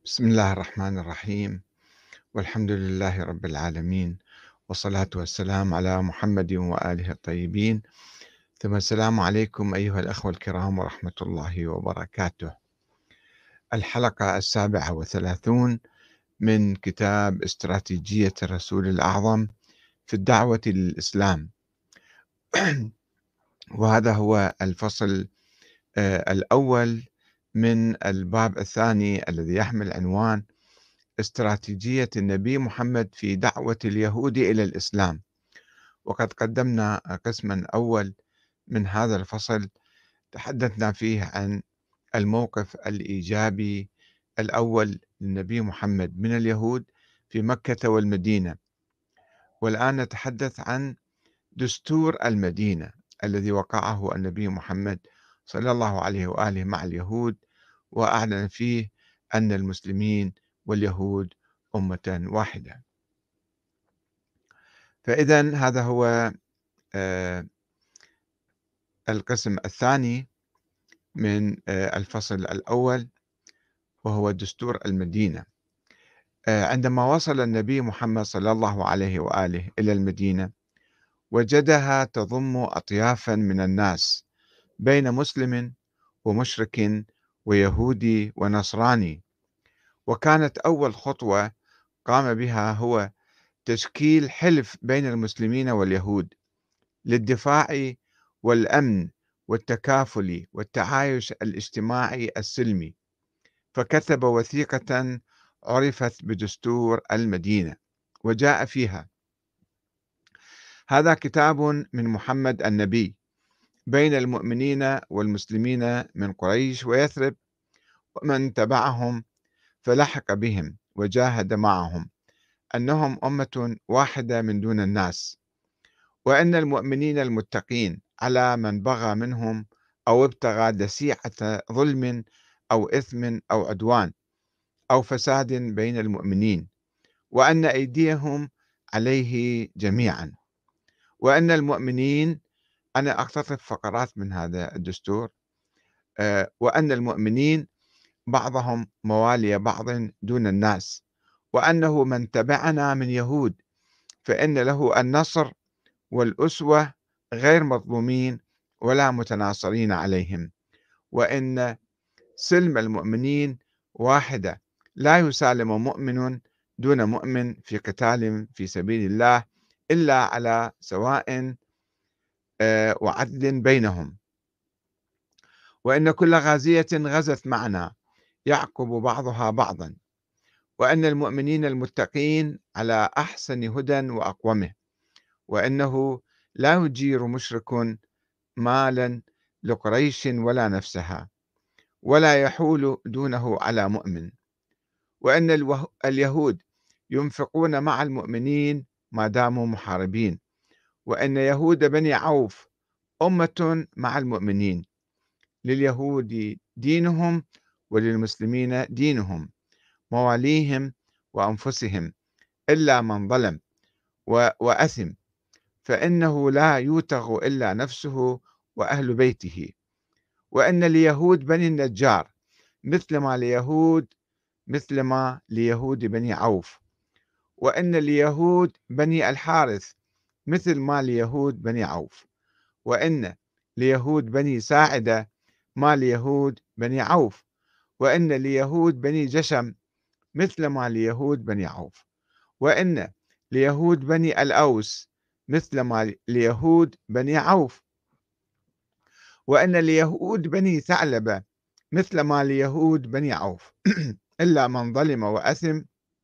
بسم الله الرحمن الرحيم، والحمد لله رب العالمين، والصلاة والسلام على محمد وآله الطيبين، ثم السلام عليكم أيها الأخوة الكرام ورحمة الله وبركاته. الحلقة 37 من كتاب استراتيجية الرسول الأعظم في الدعوة للإسلام. وهذا هو الفصل الأول من الباب الثاني الذي يحمل عنوان استراتيجية النبي محمد في دعوة اليهود إلى الإسلام. وقد قدمنا قسما أول من هذا الفصل تحدثنا فيه عن الموقف الإيجابي الأول للنبي محمد من اليهود في مكة والمدينة، والآن نتحدث عن دستور المدينة الذي وقعه النبي محمد صلى الله عليه وآله مع اليهود، وأعلن فيه أن المسلمين واليهود أمة واحدة. فإذا هذا هو آه، القسم الثاني من الفصل الأول، وهو دستور المدينة. عندما وصل النبي محمد صلى الله عليه وآله إلى المدينة وجدها تضم أطيافا من الناس بين مسلم ومشرك ويهودي ونصراني، وكانت أول خطوة قام بها هو تشكيل حلف بين المسلمين واليهود للدفاع والأمن والتكافل والتعايش الاجتماعي السلمي، فكتب وثيقة عرفت بدستور المدينة، وجاء فيها: هذا كتاب من محمد النبي بين المؤمنين والمسلمين من قريش ويثرب ومن تبعهم فلحق بهم وجاهد معهم، أنهم أمة واحدة من دون الناس، وأن المؤمنين المتقين على من بغى منهم أو ابتغى دسيعة ظلم أو إثم أو عدوان أو فساد بين المؤمنين، وأن أيديهم عليه جميعا، وأن المؤمنين، أنا أقتطف فقرات من هذا الدستور، وأن المؤمنين بعضهم موالي بعض دون الناس، وأنه من تبعنا من يهود فإن له النصر والأسوة غير مظلومين ولا متناصرين عليهم، وإن سلم المؤمنين واحدة، لا يسالم مؤمن دون مؤمن في قتال في سبيل الله إلا على سواء وعدل بينهم، وإن كل غازية غزت معنا يعقب بعضها بعضا، وأن المؤمنين المتقين على أحسن هدى وأقومه، وأنه لا يجير مشرك مالا لقريش ولا نفسها، ولا يحول دونه على مؤمن، وأن اليهود ينفقون مع المؤمنين ما داموا محاربين، وأن يهود بني عوف أمة مع المؤمنين، لليهود دينهم وللمسلمين دينهم، مواليهم وأنفسهم، إلا من ظلم وأثم فإنه لا يوتغ إلا نفسه وأهل بيته، وأن ليهود بني النجار مثل ما ليهود بني عوف، وأن ليهود بني الحارث مثل ما ليهود بني عوف، وأن ليهود بني ساعدة ما ليهود بني عوف، وأن ليهود بني جشم مثل ما ليهود بني عوف، وأن ليهود بني الأوس مثل ما ليهود بني عوف، وأن ليهود بني ثعلبة مثل ما ليهود بني عوف إلا من ظلم وأثم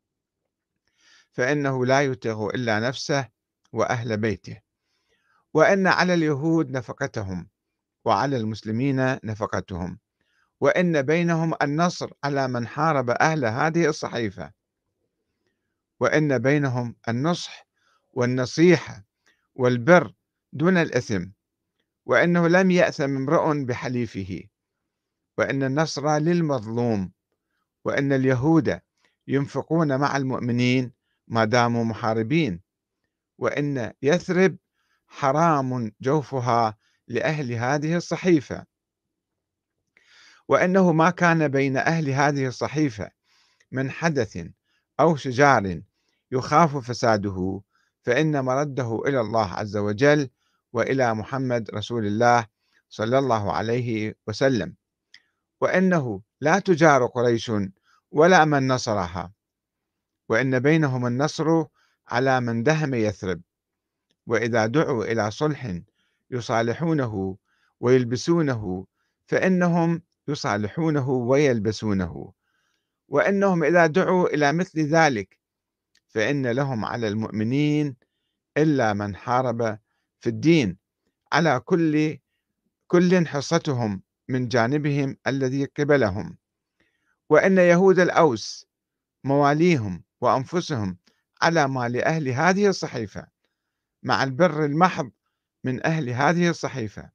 فإنه لا يتغ إلا نفسه وأهل بيته، وأن على اليهود نفقتهم وعلى المسلمين نفقتهم، وأن بينهم النصر على من حارب أهل هذه الصحيفة، وأن بينهم النصح والنصيحة والبر دون الإثم، وأنه لم يأثم امرؤ بحليفه، وأن النصر للمظلوم، وأن اليهود ينفقون مع المؤمنين ما داموا محاربين، وأن يثرب حرام جوفها لأهل هذه الصحيفة، وأنه ما كان بين أهل هذه الصحيفة من حدث أو شجار يخاف فساده، فإن مرده إلى الله عز وجل وإلى محمد رسول الله صلى الله عليه وسلم، وإنه لا تجار قريش ولا من نصرها، وإن بينهم النصر على من دهم يثرب، وإذا دعوا إلى صلح يصالحونه ويلبسونه فإنهم يصالحونه ويلبسونه، وإنهم إذا دعوا إلى مثل ذلك فإن لهم على المؤمنين إلا من حارب في الدين على كل حصتهم من جانبهم الذي قبلهم، وإن يهود الأوس مواليهم وأنفسهم على ما لأهل هذه الصحيفة مع البر المحض من أهل هذه الصحيفة،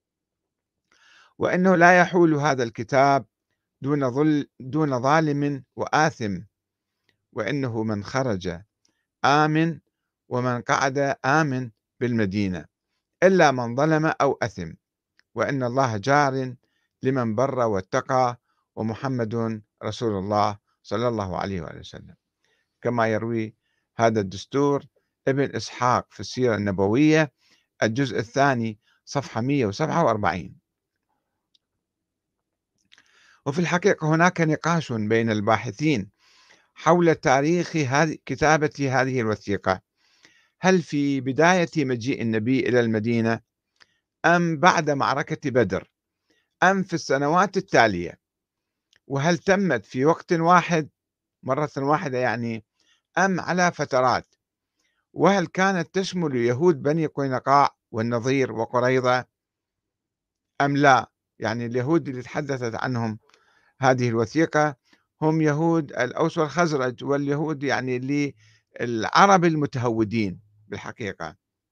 وأنه لا يحول هذا الكتاب دون ظالم وآثم، وإنه من خرج آمن ومن قعد آمن بالمدينة إلا من ظلم أو أثم، وإن الله جار لمن بر واتقى، ومحمد رسول الله صلى الله عليه وآله وسلم، كما يروي هذا الدستور ابن إسحاق في السيرة النبوية الجزء الثاني صفحة 147. وفي الحقيقة هناك نقاش بين الباحثين حول تاريخ كتابة هذه الوثيقة، هل في بداية مجيء النبي إلى المدينة أم بعد معركة بدر أم في السنوات التالية، وهل تمت في وقت واحد مرة واحدة يعني أم على فترات، وهل كانت تشمل يهود بني قينقاع والنضير وقريظة أم لا، يعني اليهود اللي تحدثت عنهم هذه الوثيقة هم يهود الأوس والخزرج، واليهود يعني اللي العرب المتهودين بالحقيقة.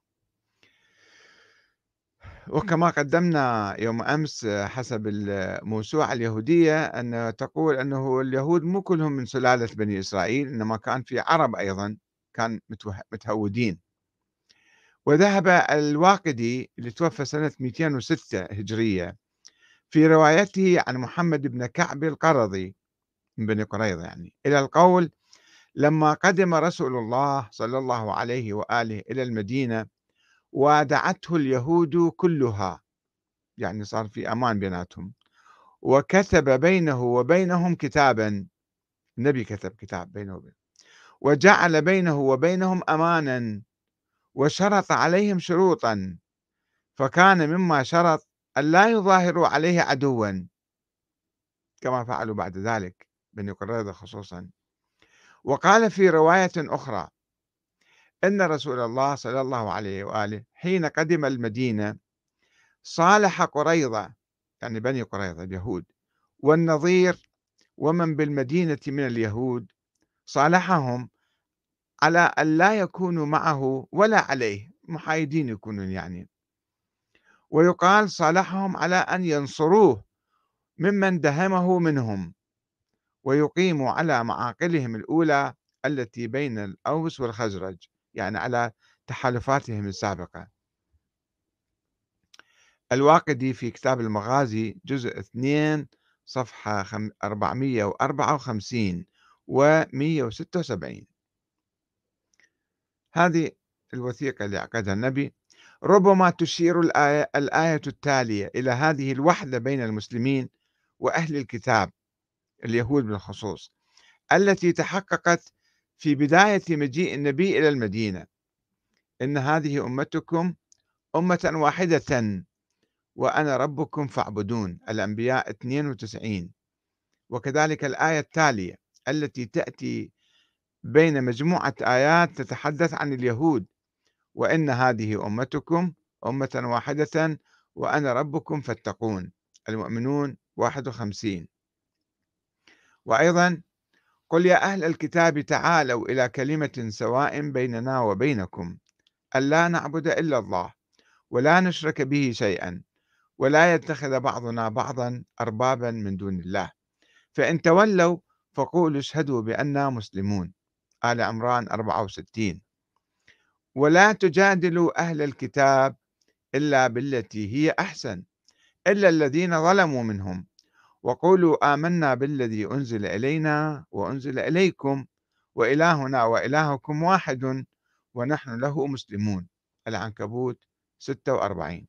وكما قدمنا يوم أمس حسب الموسوعة اليهودية أن تقول أنه اليهود مو كلهم من سلالة بني إسرائيل، إنما كان في عرب أيضا كان متهودين. وذهب الواقدي اللي توفى سنة 206 هجرية في روايته عن محمد بن كعب القرظي من بني قريظة يعني إلى القول: لما قدم رسول الله صلى الله عليه وآله إلى المدينة وادعته اليهود كلها، يعني صار في أمان بيناتهم، وكتب بينه وبينهم كتابا، النبي كتب كتاب بينه وبينهم، وجعل بينه وبينهم أمانا، وشرط عليهم شروطا، فكان مما شرط أن لا يظاهروا عليه عدوا كما فعلوا بعد ذلك بني قريظة خصوصا. وقال في رواية أخرى إن رسول الله صلى الله عليه وآله حين قدم المدينة صالح قريظة، يعني بني قريظة اليهود، والنظير ومن بالمدينة من اليهود، صالحهم على أن لا يكونوا معه ولا عليه، محايدين يكونون يعني. ويقال صالحهم على أن ينصروه ممن دهمه منهم، ويقيموا على معاقلهم الأولى التي بين الأوس والخزرج، يعني على تحالفاتهم السابقة. الواقدي في كتاب المغازي جزء 2 صفحة 454 و176. هذه الوثيقة اللي عقدها النبي ربما تشير الآية التالية إلى هذه الوحدة بين المسلمين وأهل الكتاب اليهود بالخصوص، التي تحققت في بداية مجيء النبي إلى المدينة: إن هذه أمتكم أمة واحدة وأنا ربكم فاعبدون، الأنبياء 92. وكذلك الآية التالية التي تأتي بين مجموعة آيات تتحدث عن اليهود: وإن هذه أمتكم أمة واحدة وأنا ربكم فاتقون، المؤمنون 51. وأيضا: قل يا أهل الكتاب تعالوا إلى كلمة سواء بيننا وبينكم ألا نعبد إلا الله ولا نشرك به شيئا ولا يتخذ بعضنا بعضا أربابا من دون الله فإن تولوا فقولوا اشهدوا بأننا مسلمون، آل عمران 64. ولا تجادلوا أهل الكتاب إلا بالتي هي أحسن إلا الذين ظلموا منهم، وقولوا آمنا بالذي أنزل إلينا وأنزل إليكم وإلهنا وإلهكم واحد ونحن له مسلمون. العنكبوت 46.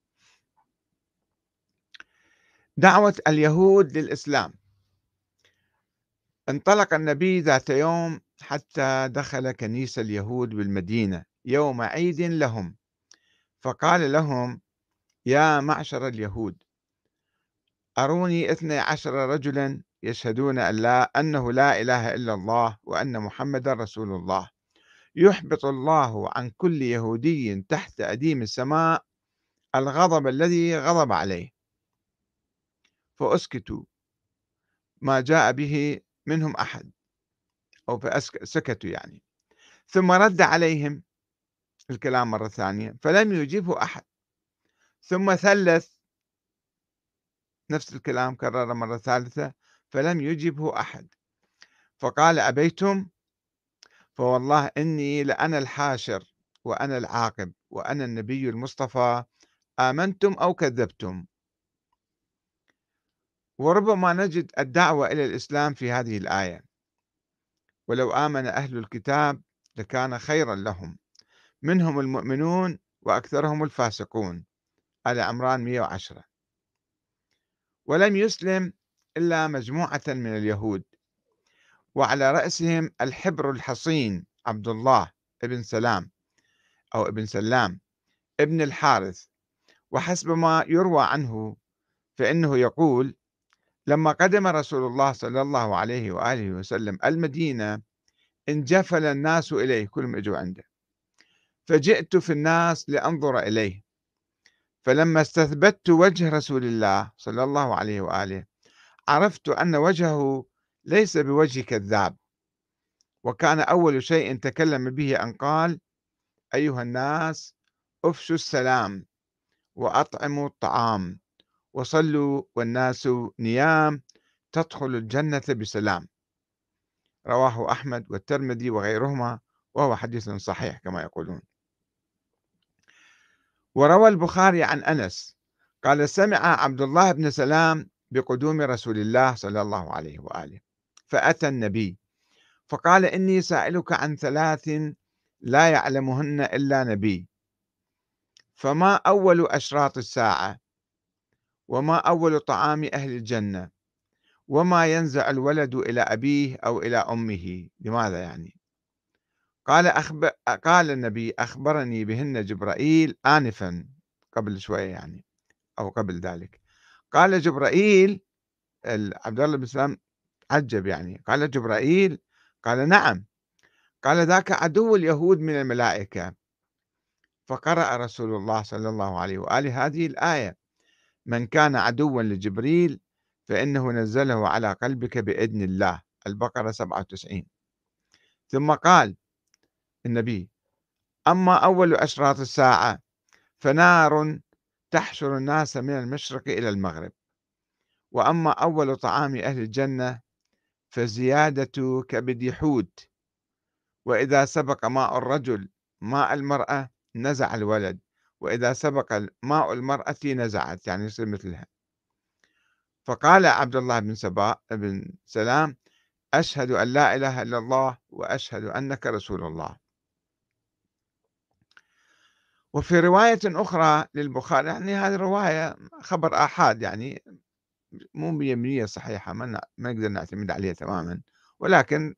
دعوة اليهود للإسلام. انطلق النبي ذات يوم حتى دخل كنيسة اليهود بالمدينة يوم عيد لهم، فقال لهم: يا معشر اليهود، أروني 12 رجلا يشهدون أنه لا إله إلا الله وأن محمد رسول الله، يحبط الله عن كل يهودي تحت أديم السماء الغضب الذي غضب عليه. فأسكتوا، ما جاء به منهم أحد، أو فسكتوا يعني. ثم رد عليهم الكلام مرة ثانية فلم يجيبه أحد، ثم ثلث نفس الكلام كرر مرة ثالثة فلم يجبه أحد، فقال: أبيتم؟ فوالله إني لأنا الحاشر وأنا العاقب وأنا النبي المصطفى، آمنتم أو كذبتم. وربما نجد الدعوة إلى الإسلام في هذه الآية: ولو آمن أهل الكتاب لكان خيرا لهم، منهم المؤمنون وأكثرهم الفاسقون. آل عمران 110. ولم يسلم إلا مجموعة من اليهود، وعلى رأسهم الحبر الحصين عبد الله ابن سلام أو ابن سلام ابن الحارث. وحسب ما يروى عنه فإنه يقول: لما قدم رسول الله صلى الله عليه وآله وسلم المدينة انجفل الناس إليه، كلهم اجوا عنده، فجئت في الناس لأنظر إليه، فلما استثبت وجه رسول الله صلى الله عليه وآله عرفت أن وجهه ليس بوجه كذاب. وكان أول شيء تكلم به أن قال: أيها الناس، افشوا السلام وأطعموا الطعام وصلوا والناس نيام تدخل الجنة بسلام. رواه أحمد والترمذي وغيرهما، وهو حديث صحيح كما يقولون. وروى البخاري عن أنس قال: سمع عبد الله بن سلام بقدوم رسول الله صلى الله عليه وآله، فأتى النبي فقال: إني سائلك عن 3 لا يعلمهن إلا نبي، فما أول أشراط الساعة؟ وما أول طعام أهل الجنة؟ وما ينزع الولد إلى أبيه أو إلى أمه؟ لماذا يعني؟ قال النبي: أخبرني بهن جبرائيل آنفا، قبل شوية يعني أو قبل ذلك. قال جبرائيل، عبد الله بن سلام عجب يعني، قال جبرائيل؟ قال: نعم. قال: ذاك عدو اليهود من الملائكة. فقرأ رسول الله صلى الله عليه وآله هذه الآية: من كان عدوا لجبريل فإنه نزله على قلبك بإذن الله، البقرة 97. ثم قال النبي: أما أول أشراط الساعة فنار تحشر الناس من المشرق إلى المغرب، وأما أول طعام أهل الجنة فزيادة كبد حوت، وإذا سبق ماء الرجل ماء المرأة نزع الولد، وإذا سبق ماء المرأة نزعت، يعني يصير مثلها. فقال عبد الله بن سلام: أشهد أن لا إله إلا الله وأشهد أنك رسول الله. وفي رواية أخرى للبخاري، يعني هذه الرواية خبر آحاد يعني مو 100% صحيحة، ما نقدر نعتمد عليها تماما، ولكن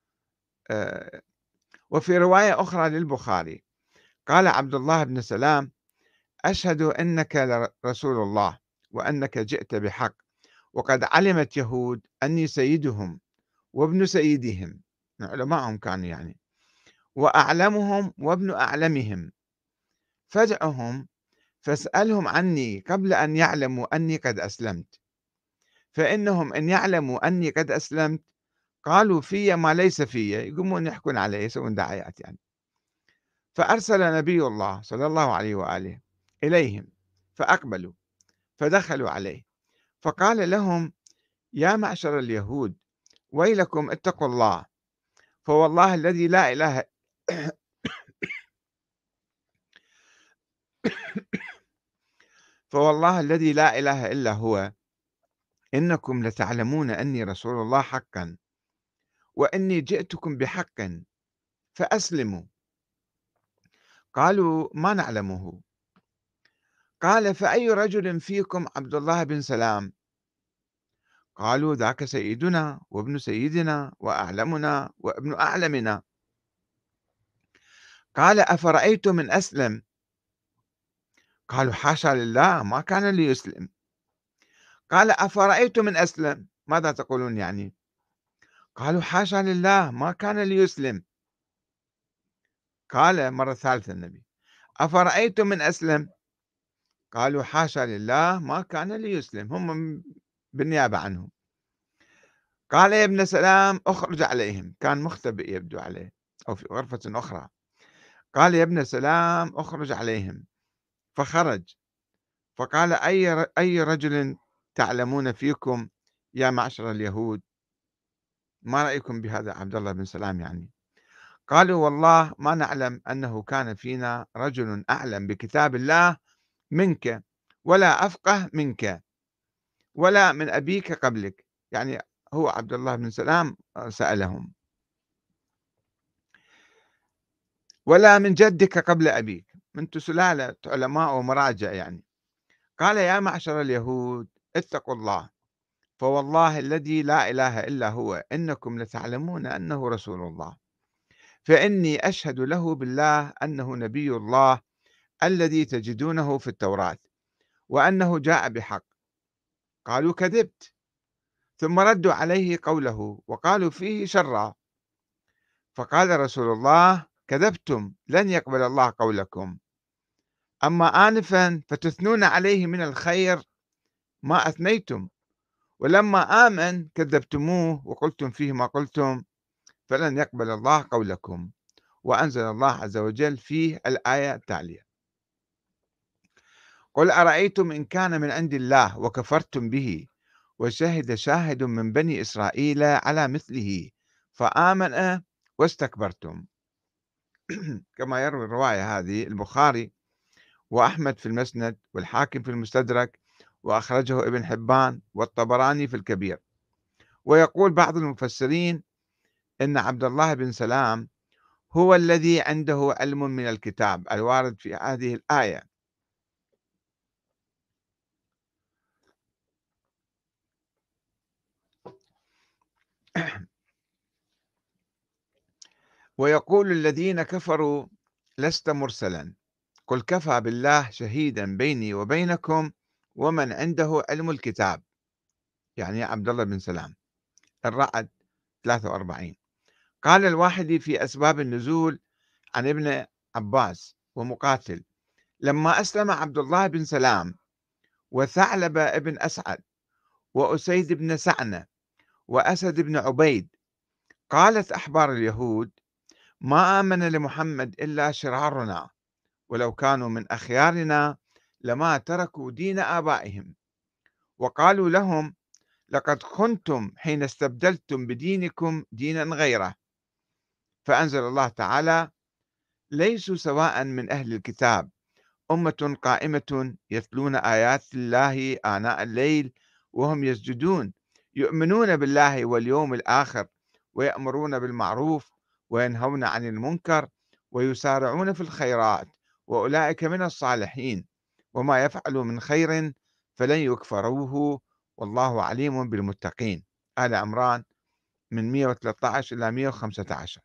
وفي رواية أخرى للبخاري قال عبد الله بن سلام: أشهد أنك رسول الله وأنك جئت بحق، وقد علمت يهود أني سيدهم وابن سيدهم، علماءهم كانوا يعني، وأعلمهم وابن أعلمهم، فادعهم فاسألهم عني قبل أن يعلموا أني قد أسلمت، فإنهم إن يعلموا أني قد أسلمت قالوا في ما ليس في، يقومون يحكون علي، يسوون دعايات يعني. فأرسل نبي الله صلى الله عليه وآله إليهم فأقبلوا فدخلوا عليه فقال لهم: يا معشر اليهود، ويلكم اتقوا الله، فوالله الذي لا إله فوالله الذي لا إله إلا هو، إنكم لتعلمون أني رسول الله حقا، وإني جئتكم بحق فأسلموا. قالوا ما نعلمه. قال فأي رجل فيكم عبد الله بن سلام؟ قالوا ذاك سيدنا وابن سيدنا وأعلمنا وابن أعلمنا. قال أفرأيتم من أسلم؟ قالوا حاشا لله ما كان ليسلم. قال أفرأيتم من أسلم ماذا تقولون يعني؟ قالوا حاشا لله ما كان ليسلم. قال مرة ثالثة النبي أفرأيتم من أسلم؟ قالوا حاشا لله ما كان ليسلم، هم بالنيابة عنهم. قال يا ابن سلام اخرج عليهم، كان مختبئ يبدو عليه أو في غرفة أخرى. قال يا ابن سلام اخرج عليهم، فخرج. فقال أي رجل تعلمون فيكم يا معشر اليهود؟ ما رأيكم بهذا عبد الله بن سلام يعني؟ قالوا والله ما نعلم أنه كان فينا رجل أعلم بكتاب الله منك، ولا أفقه منك، ولا من أبيك قبلك. يعني هو عبد الله بن سلام سألهم، ولا من جدك قبل أبيك، أنتم سلالة علماء ومراجع يعني. قال يا معشر اليهود اتقوا الله، فوالله الذي لا إله إلا هو إنكم لتعلمون أنه رسول الله، فإني أشهد له بالله أنه نبي الله الذي تجدونه في التوراة، وأنه جاء بحق. قالوا كذبت. ثم ردوا عليه قوله وقالوا فيه شرا. فقال رسول الله كذبتم، لن يقبل الله قولكم. أما آنفا فتثنون عليه من الخير ما أثنيتم، ولما آمن كذبتموه وقلتم فيه ما قلتم، فلن يقبل الله قولكم. وأنزل الله عز وجل فيه الآية التالية: قل أرأيتم إن كان من عند الله وكفرتم به وشهد شاهد من بني إسرائيل على مثله فآمن واستكبرتم. كما يروي الرواية هذه البخاري وأحمد في المسند والحاكم في المستدرك، وأخرجه ابن حبان والطبراني في الكبير. ويقول بعض المفسرين إن عبد الله بن سلام هو الذي عنده علم من الكتاب الوارد في هذه الآية. ويقول الذين كفروا لست مرسلا، قل كفى بالله شهيدا بيني وبينكم ومن عنده علم الكتاب، يعني عبد الله بن سلام. الرعد 43. قال الواحدي في أسباب النزول عن ابن عباس ومقاتل: لما أسلم عبد الله بن سلام وثعلب بن أسعد وأسيد بن سعنة وأسد بن عبيد، قالت أحبار اليهود: ما آمن لمحمد إلا شرارنا، ولو كانوا من أخيارنا لما تركوا دين آبائهم. وقالوا لهم: لقد خنتم حين استبدلتم بدينكم دينا غيره. فأنزل الله تعالى: ليسوا سواء من أهل الكتاب أمة قائمة يتلون آيات الله آناء الليل وهم يسجدون يؤمنون بالله واليوم الآخر ويأمرون بالمعروف وينهون عن المنكر ويسارعون في الخيرات وأولئك من الصالحين، وما يفعلوا من خير فلن يكفروه والله عليم بالمتقين. آل عمران من 113 إلى 115.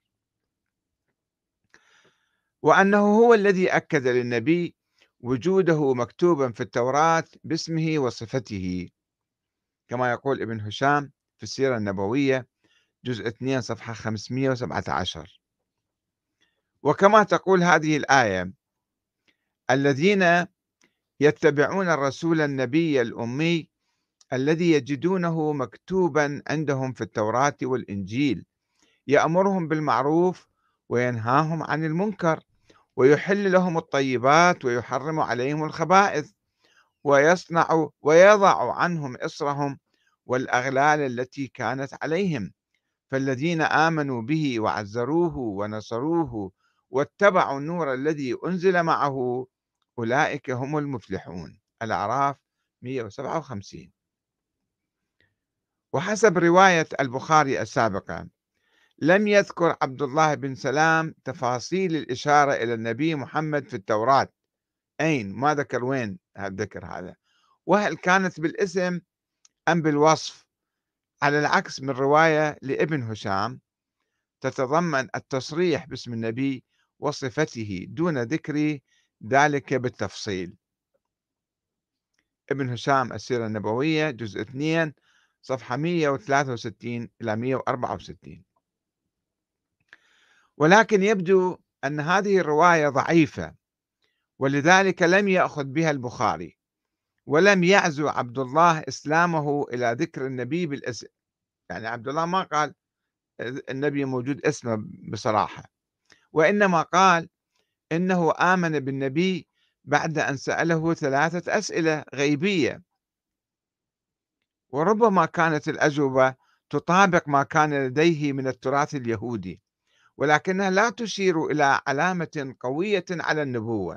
وأنه هو الذي أكد للنبي وجوده مكتوبا في التوراة باسمه وصفته، كما يقول ابن هشام في السيرة النبوية جزء 2 صفحة 517. وكما تقول هذه الآية: الذين يتبعون الرسول النبي الأمي الذي يجدونه مكتوبا عندهم في التوراة والإنجيل يأمرهم بالمعروف وينهاهم عن المنكر ويحل لهم الطيبات ويحرم عليهم الخبائث ويضع عنهم إصرهم والأغلال التي كانت عليهم. فالذين آمنوا به وعزروه ونصروه واتبعوا النور الذي أنزل معه أولئك هم المفلحون. الأعراف 157. وحسب رواية البخاري السابقة لم يذكر عبد الله بن سلام تفاصيل الإشارة إلى النبي محمد في التوراة. أين؟ ما ذكر وين الذكر هذا، وهل كانت بالاسم أم بالوصف، على العكس من رواية لابن هشام تتضمن التصريح باسم النبي وصفته دون ذكر ذلك بالتفصيل. ابن هشام السيرة النبوية جزء 2 صفحة 163 إلى 164. ولكن يبدو أن هذه الرواية ضعيفة، ولذلك لم يأخذ بها البخاري، ولم يعزو عبد الله إسلامه إلى ذكر النبي بالاسم. يعني عبد الله ما قال النبي موجود اسمه بصراحة، وإنما قال إنه آمن بالنبي بعد أن سأله 3 أسئلة غيبية، وربما كانت الأجوبة تطابق ما كان لديه من التراث اليهودي، ولكنها لا تشير إلى علامة قوية على النبوة.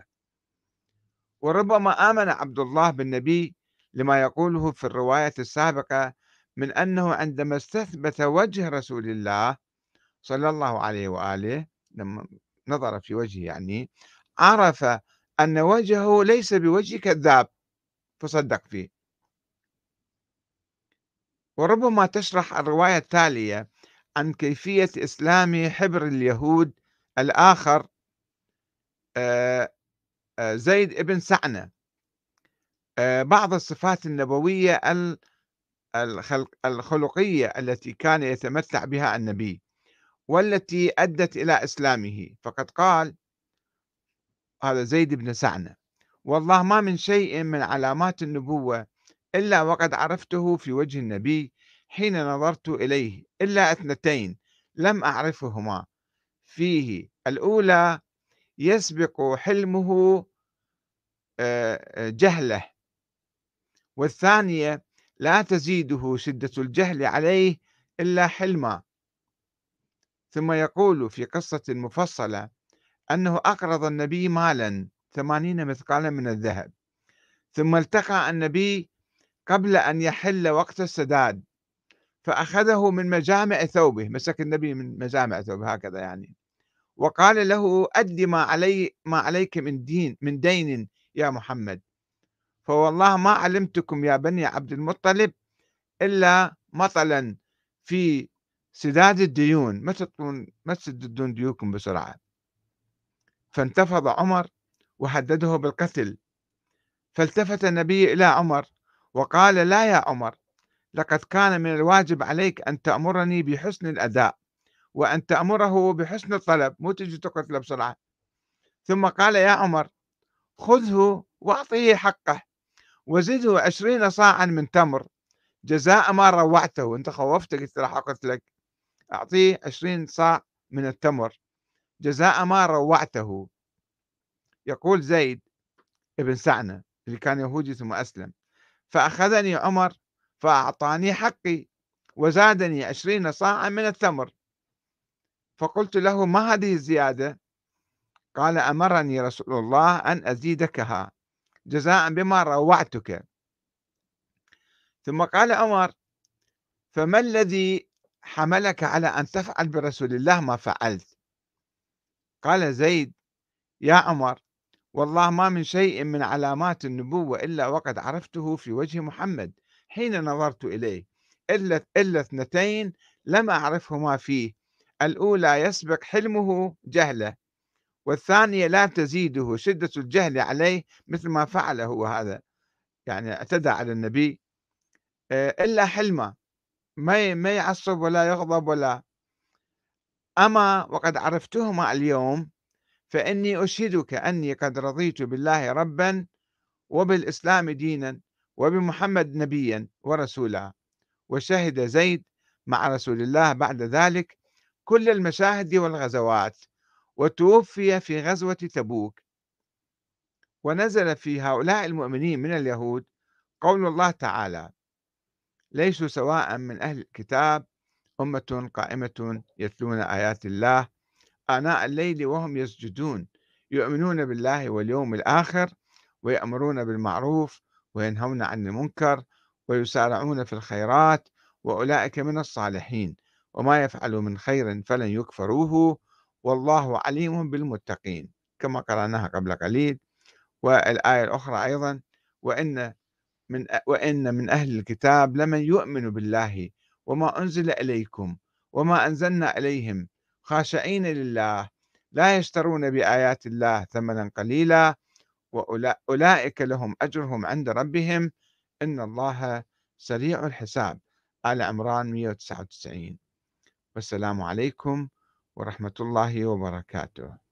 وربما آمن عبد الله بالنبي لما يقوله في الرواية السابقة من أنه عندما استثبت وجه رسول الله صلى الله عليه وآله، لما نظر في وجهه يعني عرف أن وجهه ليس بوجه كذاب فصدق فيه. وربما تشرح الرواية التالية عن كيفية إسلام حبر اليهود الآخر آه، زيد ابن سعنة بعض الصفات النبوية الخلقية التي كان يتمتع بها النبي والتي أدت إلى إسلامه. فقد قال هذا زيد بن سعنة: والله ما من شيء من علامات النبوة إلا وقد عرفته في وجه النبي حين نظرت إليه، إلا 2 لم أعرفهما فيه: الأولى يسبق حلمه جهله، والثانية لا تزيده شدة الجهل عليه إلا حلما. ثم يقول في قصة مفصلة أنه أقرض النبي مالا 80 مثقالا من الذهب، ثم التقى النبي قبل أن يحل وقت السداد فأخذه من مجامع ثوبه، مسك النبي من مجامع ثوبه هكذا يعني، وقال له: أد ما عليك من دين يا محمد، فوالله ما علمتكم يا بني عبد المطلب إلا مطلا في سداد الديون، ما تسددون ديونكم بسرعة. فانتفض عمر وهدده بالقتل، فالتفت النبي إلى عمر وقال: لا يا عمر، لقد كان من الواجب عليك أن تأمرني بحسن الأداء وأن تأمره بحسن الطلب، مو تجي تقتله بسرعة. ثم قال: يا عمر، خذه وأعطيه حقه وزده 20 صاعا من تمر جزاء ما روعته. أنت خوفت قلت راح أقتلك، أعطيه 20 صاع من التمر جزاء ما روعته. يقول زيد ابن سعنة اللي كان يهودي ثم أسلم: فأخذني عمر فأعطاني حقي وزادني 20 صاعا من التمر، فقلت له: ما هذه الزيادة؟ قال: أمرني رسول الله أن أزيدكها جزاء بما روعتك. ثم قال عمر: فما الذي حملك على أن تفعل برسول الله ما فعلت؟ قال زيد: يا عمر، والله ما من شيء من علامات النبوة إلا وقد عرفته في وجه محمد حين نظرت إليه، إلا 2 لم أعرفهما فيه: الأولى يسبق حلمه جهله، والثانية لا تزيده شدة الجهل عليه مثل ما فعل هو هذا، يعني اعتدى على النبي إلا حلمه، ما يعصب ولا يغضب ولا. أما وقد عرفتهما اليوم فإني أشهدك أني قد رضيت بالله ربا وبالإسلام دينا وبمحمد نبيا ورسولا. وشهد زيد مع رسول الله بعد ذلك كل المشاهد والغزوات، وتوفي في غزوة تبوك. ونزل في هؤلاء المؤمنين من اليهود قول الله تعالى: ليسوا سواء من أهل الكتاب أمة قائمة يتلون آيات الله آناء الليل وهم يسجدون يؤمنون بالله واليوم الآخر ويأمرون بالمعروف وينهون عن المنكر ويسارعون في الخيرات وأولئك من الصالحين، وما يفعلوا من خير فلن يكفروه، والله عليم بالمتقين، كما قرأناها قبل قليل. والآية الأخرى أيضا: وإن من أهل الكتاب لمن يؤمن بالله وما أنزل إليكم وما أنزلنا إليهم خاشعين لله لا يشترون بآيات الله ثمنا قليلا، وأولئك لهم أجرهم عند ربهم إن الله سريع الحساب. آل عمران 199. والسلام عليكم ورحمة الله وبركاته.